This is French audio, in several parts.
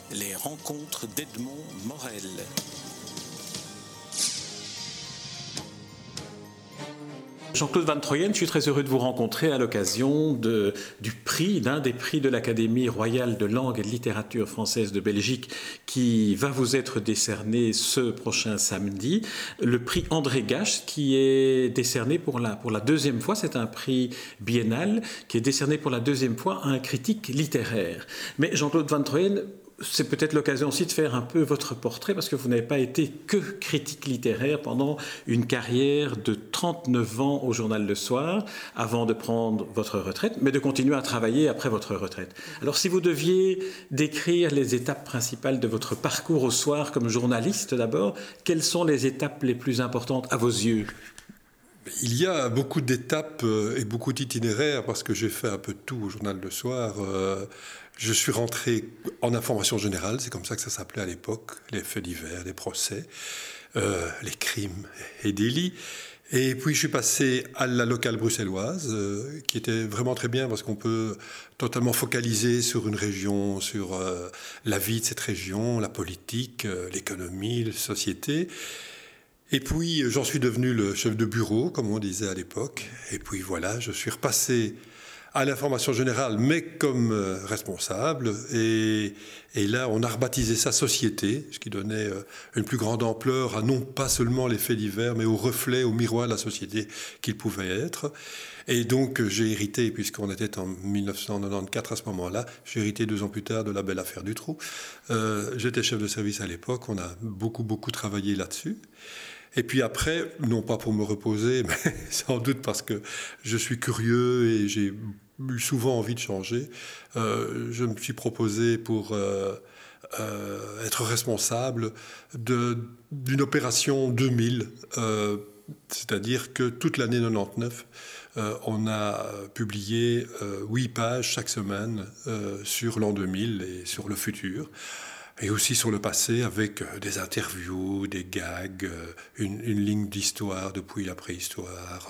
Les rencontres d'Edmond Morel. Jean-Claude Van Troyen, je suis très heureux de vous rencontrer à l'occasion d'un des prix de l'Académie royale de langue et de littérature française de Belgique qui va vous être décerné ce prochain samedi. Le prix André Gache qui est décerné pour la deuxième fois. C'est un prix biennal qui est décerné pour la deuxième fois à un critique littéraire. Mais Jean-Claude Van Troyen, c'est peut-être l'occasion aussi de faire un peu votre portrait parce que vous n'avez pas été que critique littéraire pendant une carrière de 39 ans au Journal Le Soir avant de prendre votre retraite, mais de continuer à travailler après votre retraite. Alors si vous deviez décrire les étapes principales de votre parcours au soir comme journaliste d'abord, quelles sont les étapes les plus importantes à vos yeux ? Il y a beaucoup d'étapes et beaucoup d'itinéraires parce que j'ai fait un peu de tout au Journal Le Soir. Je suis rentré en information générale, c'est comme ça que ça s'appelait à l'époque, les faits divers, les procès, les crimes et délits. Et puis je suis passé à la locale bruxelloise, qui était vraiment très bien parce qu'on peut totalement focaliser sur une région, sur la vie de cette région, la politique, l'économie, la société. Et puis j'en suis devenu le chef de bureau, comme on disait à l'époque. Et puis voilà, je suis repassé à l'information générale, mais comme responsable. Et là, on a rebaptisé ça Société, ce qui donnait une plus grande ampleur à non pas seulement les faits divers, mais au reflet, au miroir de la société qu'il pouvait être. Et donc, j'ai hérité, puisqu'on était en 1994 à ce moment-là, j'ai hérité 2 ans plus tard de la belle affaire Dutroux. J'étais chef de service à l'époque, on a beaucoup travaillé là-dessus. Et puis après, non pas pour me reposer, mais sans doute parce que je suis curieux et j'ai eu souvent envie de changer, je me suis proposé pour être responsable d'une opération 2000, c'est-à-dire que toute l'année 99, on a publié 8 pages chaque semaine sur l'an 2000 et sur le futur. Et aussi sur le passé avec des interviews, des gags, une ligne d'histoire depuis la préhistoire,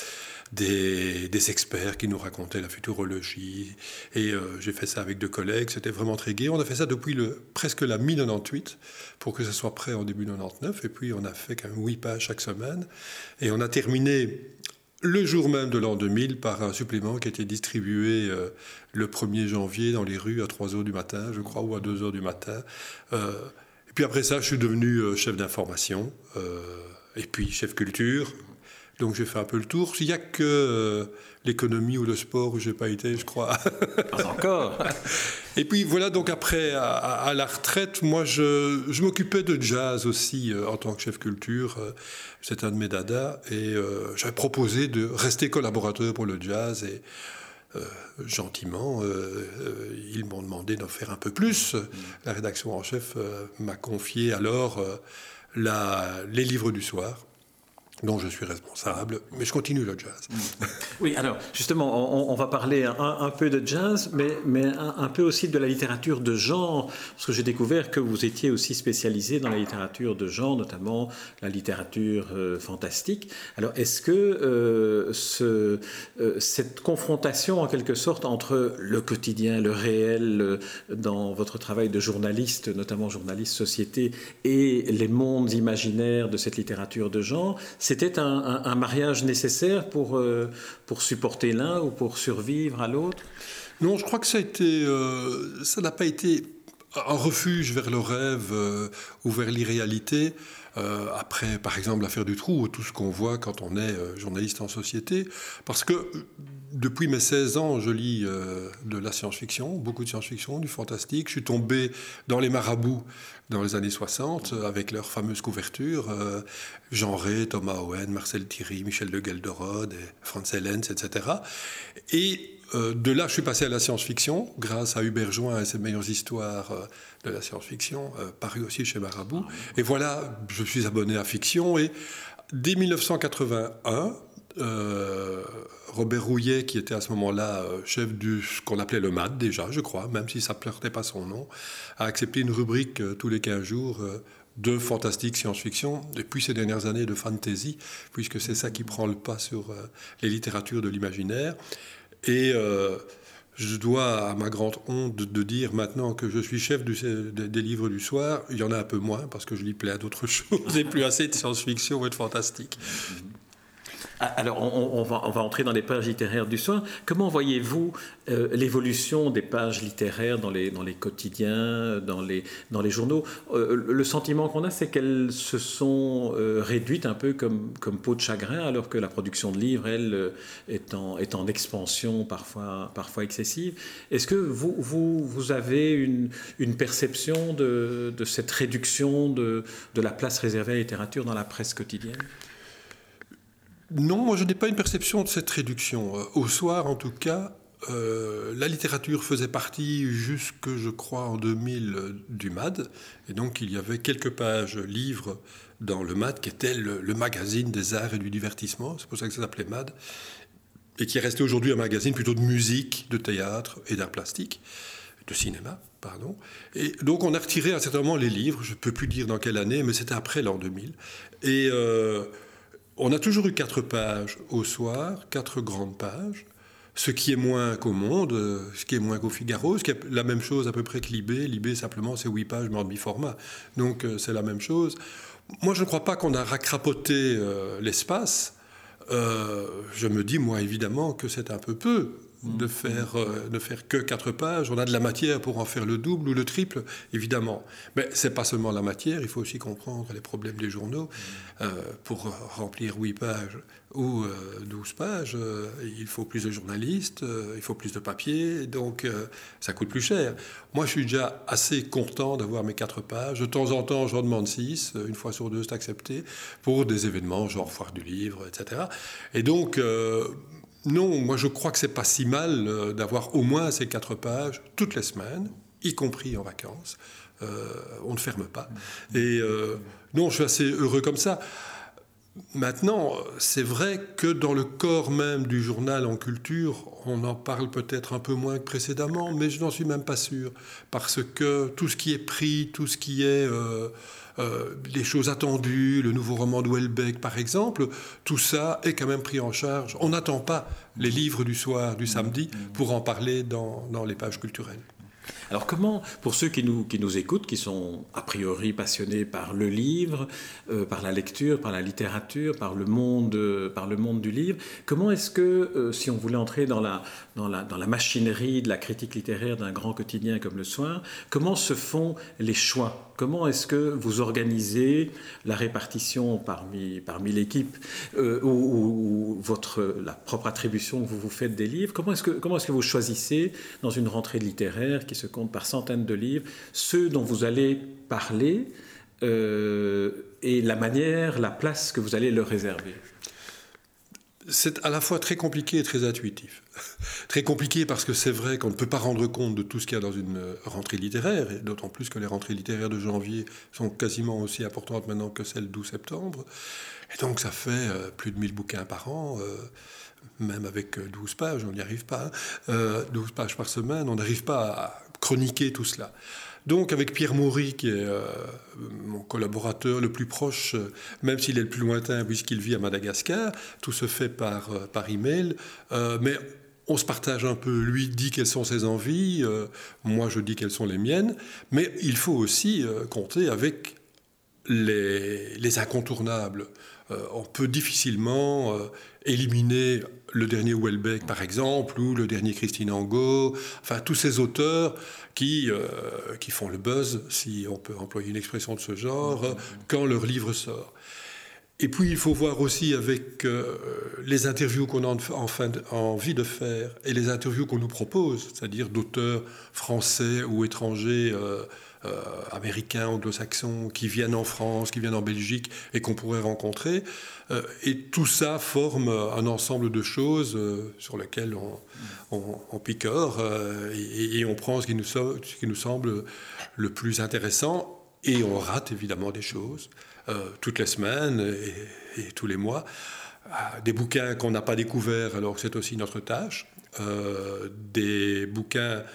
des experts qui nous racontaient la futurologie. Et j'ai fait ça avec 2 collègues, c'était vraiment très gai. On a fait ça depuis presque la mi-98 pour que ça soit prêt en début 99. Et puis on a fait quand même 8 pages chaque semaine. Et on a terminé le jour même de l'an 2000 par un supplément qui a été distribué le 1er janvier dans les rues à 3h du matin, je crois, ou à 2h du matin. Et puis après ça, je suis devenu chef d'information et puis chef culture. Donc j'ai fait un peu le tour. Il n'y a que l'économie ou le sport où je n'ai pas été, je crois. Pas encore. Et puis voilà, donc après, à la retraite, moi je m'occupais de jazz aussi en tant que chef culture. C'est un de mes dadas. Et j'avais proposé de rester collaborateur pour le jazz. Et gentiment, ils m'ont demandé d'en faire un peu plus. La rédaction en chef m'a confié alors les livres du soir, dont je suis responsable, mais je continue le jazz. Oui, alors justement, on va parler un peu de jazz, mais un peu aussi de la littérature de genre, parce que j'ai découvert que vous étiez aussi spécialisé dans la littérature de genre, notamment la littérature fantastique. Alors, est-ce que cette confrontation, en quelque sorte, entre le quotidien, le réel, dans votre travail de journaliste, notamment journaliste société, et les mondes imaginaires de cette littérature de genre, c'était un mariage nécessaire pour supporter l'un ou pour survivre à l'autre ? Non, je crois que ça n'a pas été un refuge vers le rêve ou vers l'irréalité. Après, par exemple, l'affaire Dutroux, ou tout ce qu'on voit quand on est journaliste en société. Parce que depuis mes 16 ans, je lis de la science-fiction, beaucoup de science-fiction, du fantastique. Je suis tombé dans les marabouts dans les années 60, avec leurs fameuses couvertures. Jean Rey, Thomas Owen, Marcel Thierry, Michel de Gelderode, Franz Hellens, etc. Et de là, je suis passé à la science-fiction, grâce à Hubert Join et ses meilleures histoires de la science-fiction, paru aussi chez Marabout. Et voilà, je suis abonné à Fiction. Et dès 1981, Robert Rouillet, qui était à ce moment-là chef de ce qu'on appelait le MAD déjà, je crois, même si ça ne portait pas son nom, a accepté une rubrique tous les 15 jours de fantastique science-fiction, depuis ces dernières années de fantasy, puisque c'est ça qui prend le pas sur les littératures de l'imaginaire. Et Je dois, à ma grande honte, de dire maintenant que je suis chef des livres du soir. Il y en a un peu moins parce que je lis plein d'autres choses et plus assez de science-fiction et de fantastique. Alors, on va entrer dans les pages littéraires du soir. Comment voyez-vous l'évolution des pages littéraires dans les quotidiens, dans les journaux? Le sentiment qu'on a, c'est qu'elles se sont réduites un peu comme peau de chagrin, alors que la production de livres, elle, est en expansion parfois excessive. Est-ce que vous avez une perception de cette réduction de la place réservée à la littérature dans la presse quotidienne? Non, moi je n'ai pas une perception de cette réduction. Au soir, en tout cas, la littérature faisait partie jusque, je crois, en 2000 du MAD. Et donc il y avait quelques pages livres dans le MAD, qui était le magazine des arts et du divertissement. C'est pour ça que ça s'appelait MAD. Et qui est resté aujourd'hui un magazine plutôt de musique, de théâtre et d'art plastique, de cinéma. Pardon. Et donc on a retiré à un certain moment les livres. Je ne peux plus dire dans quelle année, mais c'était après l'an 2000. Et... on a toujours eu 4 pages au soir, 4 grandes pages, ce qui est moins qu'au Monde, ce qui est moins qu'au Figaro, ce qui est la même chose à peu près que Libé. Libé, simplement, c'est 8 pages, mais en demi-format. Donc, c'est la même chose. Moi, je ne crois pas qu'on a racrapoté l'espace. Je me dis, moi, évidemment, que c'est un peu peu de faire que 4 pages. On a de la matière pour en faire le double ou le triple, évidemment. Mais ce n'est pas seulement la matière, il faut aussi comprendre les problèmes des journaux. Pour remplir 8 pages ou 12 pages, il faut plus de journalistes, il faut plus de papier, donc ça coûte plus cher. Moi, je suis déjà assez content d'avoir mes 4 pages. De temps en temps, j'en demande 6, une fois sur 2, c'est accepté, pour des événements genre foire du livre, etc. Et donc... non, moi je crois que c'est pas si mal d'avoir au moins ces 4 pages toutes les semaines, y compris en vacances. On ne ferme pas. Et non, je suis assez heureux comme ça. Maintenant, c'est vrai que dans le corps même du journal en culture, on en parle peut-être un peu moins que précédemment, mais je n'en suis même pas sûr. Parce que tout ce qui est pris, tout ce qui est... les choses attendues, le nouveau roman de Houellebecq par exemple, tout ça est quand même pris en charge. On n'attend pas les livres du soir, du samedi, pour en parler dans les pages culturelles. Alors comment, pour ceux qui nous écoutent, qui sont a priori passionnés par le livre, par la lecture, par la littérature, par le monde du livre, comment est-ce que, si on voulait entrer dans la machinerie de la critique littéraire d'un grand quotidien comme Le Soir, comment se font les choix? Comment est-ce que vous organisez la répartition parmi l'équipe ou la propre attribution que vous vous faites des livres? Comment est-ce que vous choisissez dans une rentrée littéraire qui se compte par centaines de livres ceux dont vous allez parler et la place que vous allez leur réserver? C'est à la fois très compliqué et très intuitif. Très compliqué parce que c'est vrai qu'on ne peut pas rendre compte de tout ce qu'il y a dans une rentrée littéraire, et d'autant plus que les rentrées littéraires de janvier sont quasiment aussi importantes maintenant que celles d'août septembre. Et donc ça fait plus de 1000 bouquins par an, même avec 12 pages, on n'y arrive pas. 12 pages par semaine, on n'arrive pas à chroniquer tout cela. Donc avec Pierre Maury, qui est mon collaborateur le plus proche, même s'il est le plus lointain puisqu'il vit à Madagascar, tout se fait par email, mais on se partage un peu. Lui dit quelles sont ses envies, moi je dis quelles sont les miennes, mais il faut aussi compter avec les incontournables. On peut difficilement éliminer le dernier Houellebecq, par exemple, ou le dernier Christine Angot, enfin tous ces auteurs qui font le buzz, si on peut employer une expression de ce genre, quand leur livre sort. Et puis il faut voir aussi avec les interviews qu'on a envie de faire et les interviews qu'on nous propose, c'est-à-dire d'auteurs français ou étrangers, américains, anglo-saxons, qui viennent en France, qui viennent en Belgique et qu'on pourrait rencontrer. Et tout ça forme un ensemble de choses sur lesquelles on picore et on prend ce qui nous semble le plus intéressant, et on rate évidemment des choses toutes les semaines et tous les mois. Des bouquins qu'on n'a pas découverts alors que c'est aussi notre tâche, des bouquins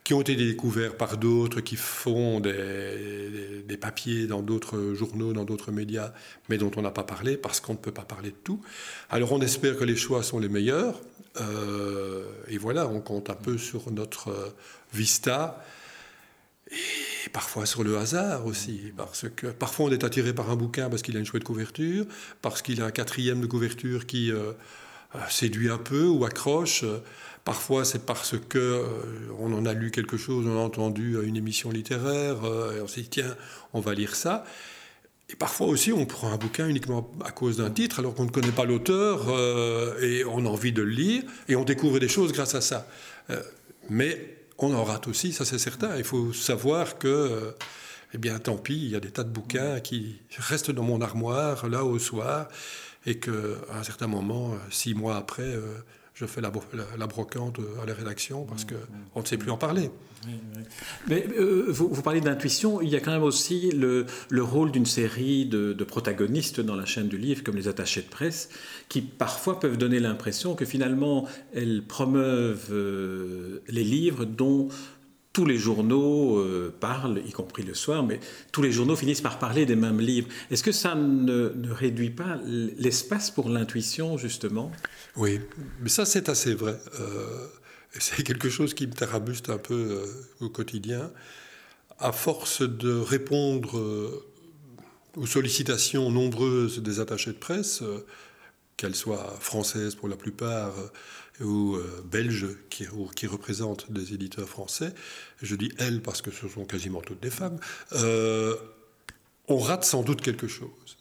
qui ont été découverts par d'autres, qui font des papiers dans d'autres journaux, dans d'autres médias, mais dont on n'a pas parlé parce qu'on ne peut pas parler de tout. Alors on espère que les choix sont les meilleurs. Et voilà, on compte un peu sur notre vista et parfois sur le hasard aussi, parce que parfois on est attiré par un bouquin parce qu'il a une chouette couverture, parce qu'il a un quatrième de couverture qui séduit un peu ou accroche. Parfois c'est parce que on en a lu quelque chose, on a entendu une émission littéraire, et on s'est dit tiens, on va lire ça. Et parfois aussi, on prend un bouquin uniquement à cause d'un titre, alors qu'on ne connaît pas l'auteur, et on a envie de le lire, et on découvre des choses grâce à ça. Mais on en rate aussi, ça c'est certain. Il faut savoir que, eh bien, tant pis, il y a des tas de bouquins qui restent dans mon armoire, là, au soir, et qu'à un certain moment, 6 mois après, je fais la brocante à la rédaction, parce qu'on ne sait plus en parler. Oui, oui. Mais vous parlez d'intuition, il y a quand même aussi le rôle d'une série de protagonistes dans la chaîne du livre, comme les attachés de presse, qui parfois peuvent donner l'impression que finalement elles promeuvent les livres dont tous les journaux parlent, y compris le soir, mais tous les journaux finissent par parler des mêmes livres. Est-ce que ça ne réduit pas l'espace pour l'intuition, justement ? Oui, mais ça c'est assez vrai. C'est quelque chose qui me tarabuste un peu au quotidien. À force de répondre aux sollicitations nombreuses des attachés de presse, qu'elles soient françaises pour la plupart ou belges qui représentent des éditeurs français, je dis elles parce que ce sont quasiment toutes des femmes, on rate sans doute quelque chose.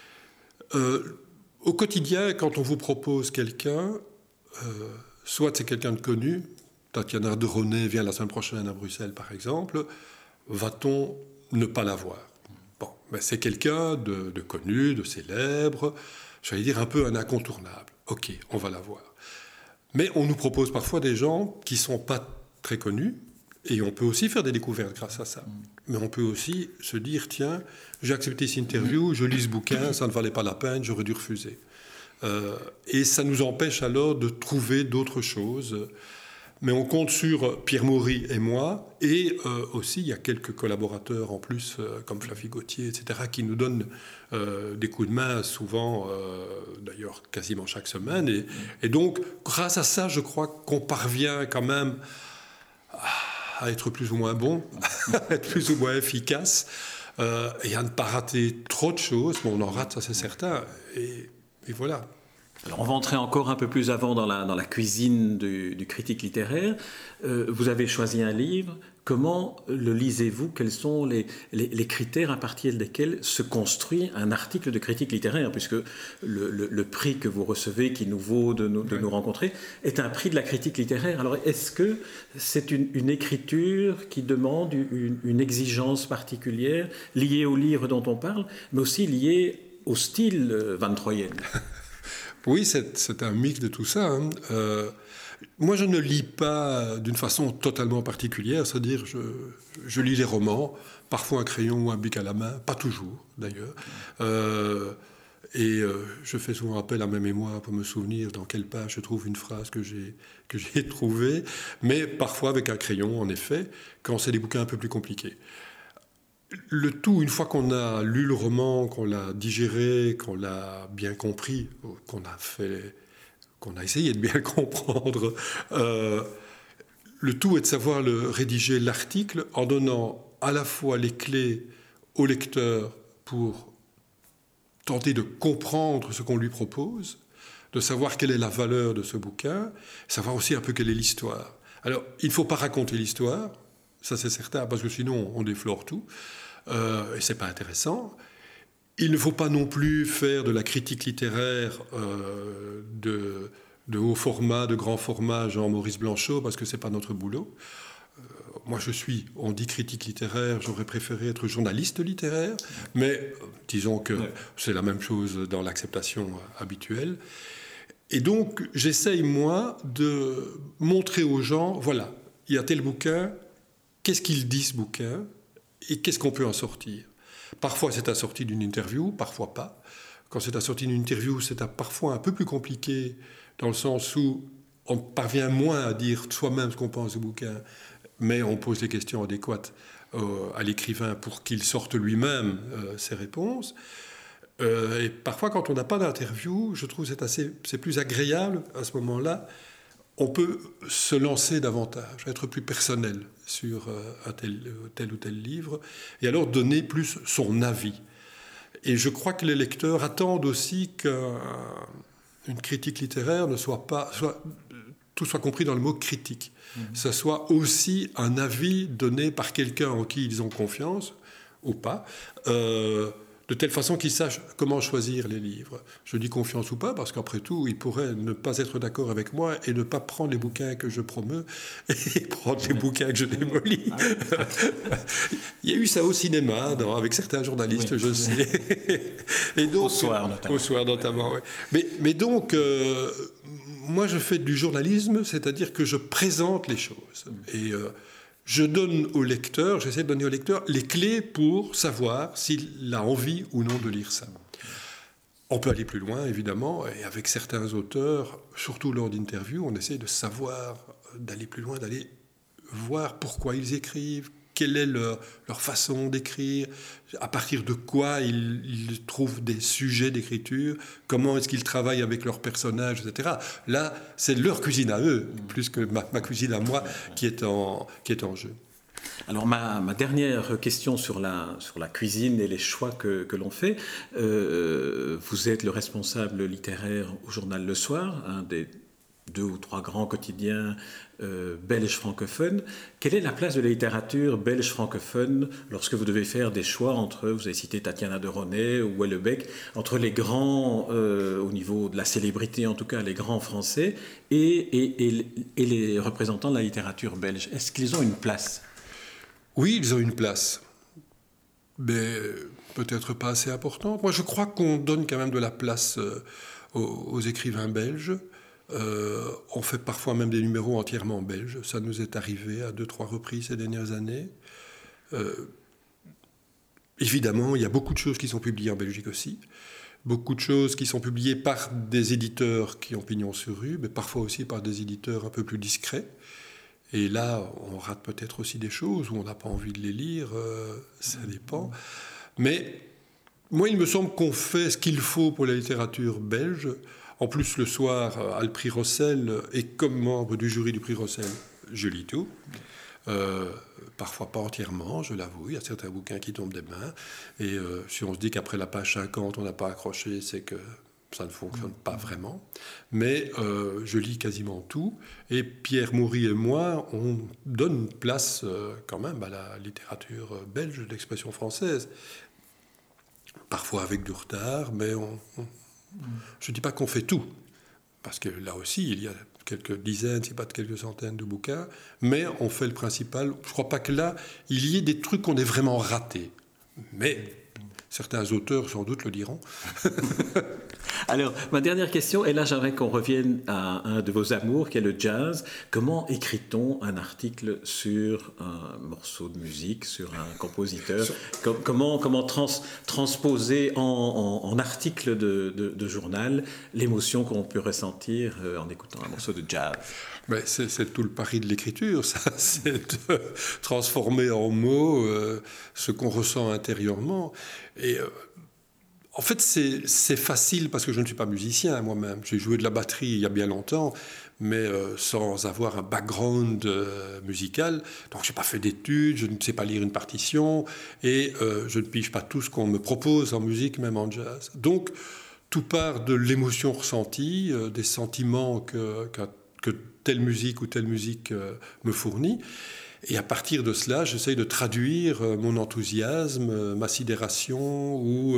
Au quotidien, quand on vous propose quelqu'un, soit c'est quelqu'un de connu, Tatiana de René vient la semaine prochaine à Bruxelles par exemple, va-t-on ne pas la voir ? Bon, mais c'est quelqu'un de connu, de célèbre, j'allais dire un peu un incontournable. Ok, on va la voir. Mais on nous propose parfois des gens qui ne sont pas très connus, et on peut aussi faire des découvertes grâce à ça. Mais on peut aussi se dire, tiens, j'ai accepté cette interview, je lis ce bouquin, ça ne valait pas la peine, j'aurais dû refuser. Et ça nous empêche alors de trouver d'autres choses. Mais on compte sur Pierre Maury et moi, et aussi il y a quelques collaborateurs en plus, comme Flavie Gauthier, etc., qui nous donnent des coups de main souvent, d'ailleurs quasiment chaque semaine. Et donc, grâce à ça, je crois qu'on parvient quand même à être plus ou moins bon, à être plus ou moins efficace, et à ne pas rater trop de choses. Bon, on en rate, ça c'est certain, et voilà. Alors on va entrer encore un peu plus avant dans la cuisine du critique littéraire. Vous avez choisi un livre. Comment le lisez-vous ? Quels sont les critères à partir desquels se construit un article de critique littéraire ? Puisque le prix que vous recevez, qui nous vaut de nous rencontrer, est un prix de la critique littéraire. Alors est-ce que c'est une écriture qui demande une exigence particulière liée au livre dont on parle, mais aussi liée au style Van Troyen ? Oui, c'est un mix de tout ça. Hein. Moi, je ne lis pas d'une façon totalement particulière, c'est-à-dire je lis les romans, parfois un crayon ou un bic à la main, pas toujours d'ailleurs. Je fais souvent appel à ma mémoire pour me souvenir dans quelle page je trouve une phrase que j'ai trouvée, mais parfois avec un crayon, en effet, quand c'est des bouquins un peu plus compliqués. Le tout, une fois qu'on a lu le roman, qu'on l'a digéré, qu'on l'a bien compris, qu'on a essayé de bien le comprendre, le tout est de savoir rédiger l'article en donnant à la fois les clés au lecteur pour tenter de comprendre ce qu'on lui propose, de savoir quelle est la valeur de ce bouquin, savoir aussi un peu quelle est l'histoire. Alors, il ne faut pas raconter l'histoire, ça c'est certain, parce que sinon on déflore tout, et c'est pas intéressant. Il ne faut pas non plus faire de la critique littéraire de haut format, de grand format, genre Maurice Blanchot, parce que c'est pas notre boulot. Moi on dit critique littéraire, j'aurais préféré être journaliste littéraire, mais disons que c'est la même chose dans l'acceptation habituelle. Et donc j'essaye moi de montrer aux gens, voilà, il y a tel bouquin, qu'est-ce qu'il dit ce bouquin et qu'est-ce qu'on peut en sortir. Parfois c'est assorti d'une interview, parfois pas. Quand c'est assorti d'une interview, c'est parfois un peu plus compliqué dans le sens où on parvient moins à dire soi-même ce qu'on pense du bouquin mais on pose les questions adéquates à l'écrivain pour qu'il sorte lui-même ses réponses. Et parfois, quand on n'a pas d'interview, je trouve que c'est plus agréable à ce moment-là. On peut se lancer davantage, être plus personnel sur un tel ou tel livre, et alors donner plus son avis. Et je crois que les lecteurs attendent aussi qu'une critique littéraire tout soit compris dans le mot critique. Ça soit aussi un avis donné par quelqu'un en qui ils ont confiance, ou pas, de telle façon qu'ils sachent comment choisir les livres. Je dis confiance ou pas, parce qu'après tout, ils pourraient ne pas être d'accord avec moi et ne pas prendre les bouquins que je promeus et prendre les bouquins que je démolis. Il y a eu ça au cinéma, avec certains journalistes, je sais. Et donc, au soir notamment. Oui. Mais donc, moi, je fais du journalisme, c'est-à-dire que je présente les choses. Et je donne au lecteur, j'essaie de donner au lecteur les clés pour savoir s'il a envie ou non de lire ça. On peut aller plus loin, évidemment, et avec certains auteurs, surtout lors d'interviews, on essaie de savoir, d'aller plus loin, d'aller voir pourquoi ils écrivent, quelle est leur façon d'écrire, à partir de quoi ils trouvent des sujets d'écriture, comment est-ce qu'ils travaillent avec leurs personnages, etc. Là, c'est leur cuisine à eux, plus que ma cuisine à moi qui est en jeu. Alors ma dernière question sur la cuisine et les choix que l'on fait, vous êtes le responsable littéraire au journal Le Soir, un des 2 ou 3 grands quotidiens belges francophones. Quelle est la place de la littérature belge francophone lorsque vous devez faire des choix entre, vous avez cité Tatiana de Ronay ou Houellebecq, entre les grands, au niveau de la célébrité en tout cas, les grands français et les représentants de la littérature belge? Est-ce qu'ils ont une place? Oui, ils ont une place, mais peut-être pas assez importante. Moi, je crois qu'on donne quand même de la place aux écrivains belges. On fait parfois même des numéros entièrement belges. Ça nous est arrivé à 2-3 reprises ces dernières années. Évidemment, il y a beaucoup de choses qui sont publiées en Belgique aussi. Beaucoup de choses qui sont publiées par des éditeurs qui ont pignon sur rue, mais parfois aussi par des éditeurs un peu plus discrets. Et là, on rate peut-être aussi des choses où on n'a pas envie de les lire, ça dépend. Mais moi, il me semble qu'on fait ce qu'il faut pour la littérature belge. En plus, Le Soir a le prix Rossel, et comme membre du jury du prix Rossel, je lis tout. Parfois pas entièrement, je l'avoue, il y a certains bouquins qui tombent des mains. Et si on se dit qu'après la page 50, on n'a pas accroché, c'est que ça ne fonctionne pas vraiment. Mais je lis quasiment tout. Et Pierre Maury et moi, on donne une place quand même à la littérature belge d'expression française. Parfois avec du retard, mais je ne dis pas qu'on fait tout. Parce que là aussi, il y a quelques dizaines, si pas quelques centaines de bouquins. Mais on fait le principal. Je ne crois pas que là, il y ait des trucs qu'on ait vraiment ratés. Mais certains auteurs, sans doute, le diront. Alors, ma dernière question, et là j'aimerais qu'on revienne à un de vos amours, qui est le jazz. Comment écrit-on un article sur un morceau de musique, sur un compositeur? Comment transposer en article de journal l'émotion qu'on peut ressentir en écoutant un morceau de jazz? Mais c'est tout le pari de l'écriture, ça, c'est de transformer en mots ce qu'on ressent intérieurement. Et en fait, c'est facile parce que je ne suis pas musicien moi-même. J'ai joué de la batterie il y a bien longtemps, mais sans avoir un background musical. Donc, je n'ai pas fait d'études, je ne sais pas lire une partition et je ne pige pas tout ce qu'on me propose en musique, même en jazz. Donc, tout part de l'émotion ressentie, des sentiments que telle musique ou telle musique me fournit. Et à partir de cela, j'essaye de traduire mon enthousiasme, ma sidération ou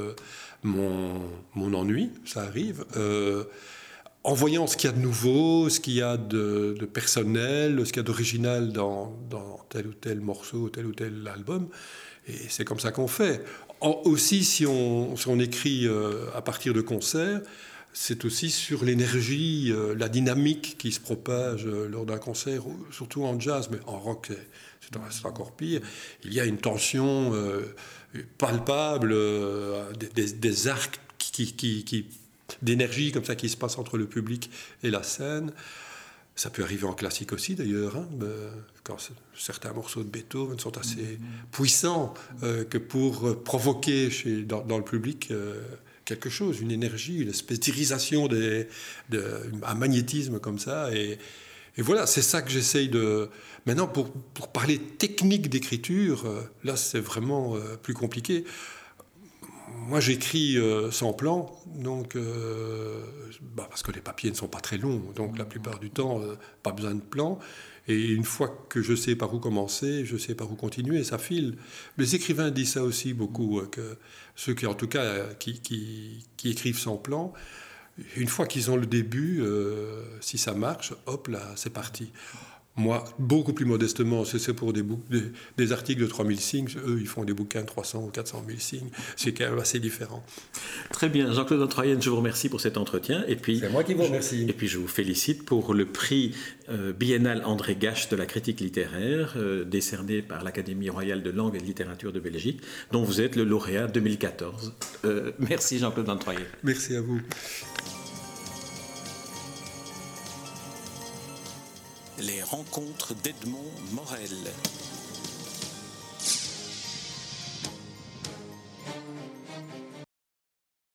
mon ennui, ça arrive, en voyant ce qu'il y a de nouveau, ce qu'il y a de personnel, ce qu'il y a d'original dans tel ou tel morceau, tel ou tel album. Et c'est comme ça qu'on fait. Aussi, si on écrit à partir de concerts, c'est aussi sur l'énergie, la dynamique qui se propage lors d'un concert, surtout en jazz, mais en rock, c'est encore pire. Il y a une tension palpable, des arcs d'énergie comme ça qui se passent entre le public et la scène. Ça peut arriver en classique aussi d'ailleurs, hein, quand certains morceaux de Beethoven sont assez puissants que pour provoquer dans le public quelque chose, une énergie, une espèce d'irisation, un magnétisme comme ça. Et voilà, c'est ça que j'essaye de... Maintenant, pour parler technique d'écriture, là c'est vraiment plus compliqué. Moi, j'écris sans plan, donc, parce que les papiers ne sont pas très longs, donc la plupart du temps, pas besoin de plan. Et une fois que je sais par où commencer, je sais par où continuer, ça file. Les écrivains disent ça aussi beaucoup, que ceux qui, en tout cas, qui écrivent sans plan, une fois qu'ils ont le début, si ça marche, hop là, c'est parti. Moi, beaucoup plus modestement, c'est pour des articles de 3000 signes. Eux, ils font des bouquins de 300 ou 400 000 signes. C'est quand même assez différent. Très bien. Jean-Claude Van Troyen, je vous remercie pour cet entretien. Et puis, c'est moi qui vous remercie. Et puis, je vous félicite pour le prix biennal André Gache de la critique littéraire, décerné par l'Académie royale de langue et de littérature de Belgique, dont vous êtes le lauréat 2014. Merci Jean-Claude Van Troyen. Merci à vous. Les rencontres d'Edmond Morel.